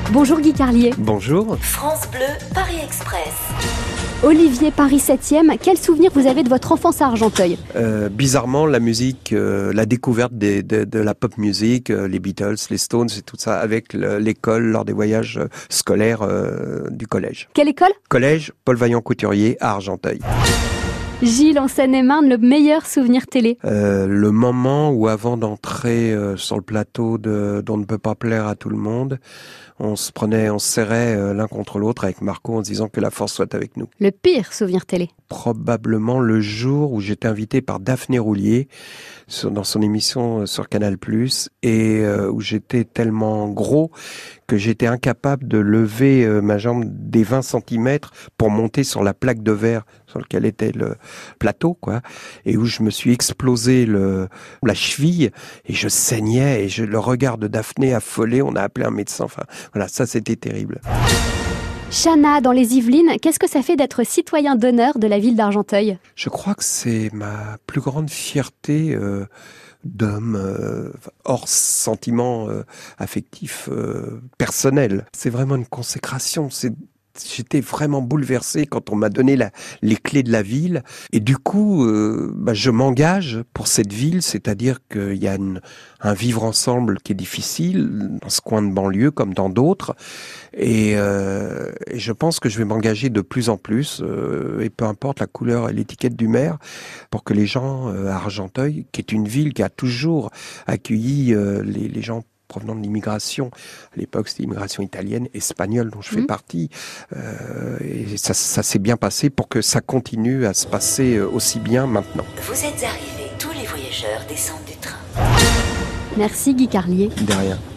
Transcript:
Bonjour Guy Carlier. Bonjour. France Bleu, Paris Express. Olivier, Paris 7e, quel souvenir vous avez de votre enfance à Argenteuil ? Bizarrement, la musique, la découverte de la pop music, les Beatles, les Stones et tout ça avec l'école lors des voyages scolaires du collège. Quelle école ? Collège Paul Vaillant-Couturier à Argenteuil. Gilles, en Seine-et-Marne, le meilleur souvenir télé ? Le moment où avant d'entrer sur le plateau d'On ne peut pas plaire à tout le monde, on se serrait l'un contre l'autre avec Marco en se disant que la force soit avec nous. Le pire souvenir télé ? Probablement le jour où j'étais invité par Daphné Roulier dans son émission sur Canal+, et où j'étais tellement gros que j'étais incapable de lever ma jambe des 20 cm pour monter sur la plaque de verre sur laquelle était le plateau, quoi, et où je me suis explosé la cheville et je saignais, et le regard de Daphné affolé, on a appelé un médecin, enfin voilà, ça c'était terrible. Chana, dans les Yvelines, qu'est-ce que ça fait d'être citoyen d'honneur de la ville d'Argenteuil ? Je crois que c'est ma plus grande fierté d'homme, hors sentiment affectif personnel. C'est vraiment une consécration. J'étais vraiment bouleversé quand on m'a donné les clés de la ville. Et du coup, je m'engage pour cette ville, c'est-à-dire qu'il y a un vivre ensemble qui est difficile dans ce coin de banlieue comme dans d'autres. Et je pense que je vais m'engager de plus en plus, et peu importe la couleur et l'étiquette du maire, pour que les gens à Argenteuil, qui est une ville qui a toujours accueilli les gens provenant de l'immigration. À l'époque, c'était l'immigration italienne, espagnole, dont je fais partie. Et ça s'est bien passé pour que ça continue à se passer aussi bien maintenant. Vous êtes arrivés, tous les voyageurs descendent du train. Merci Guy Carlier. De rien.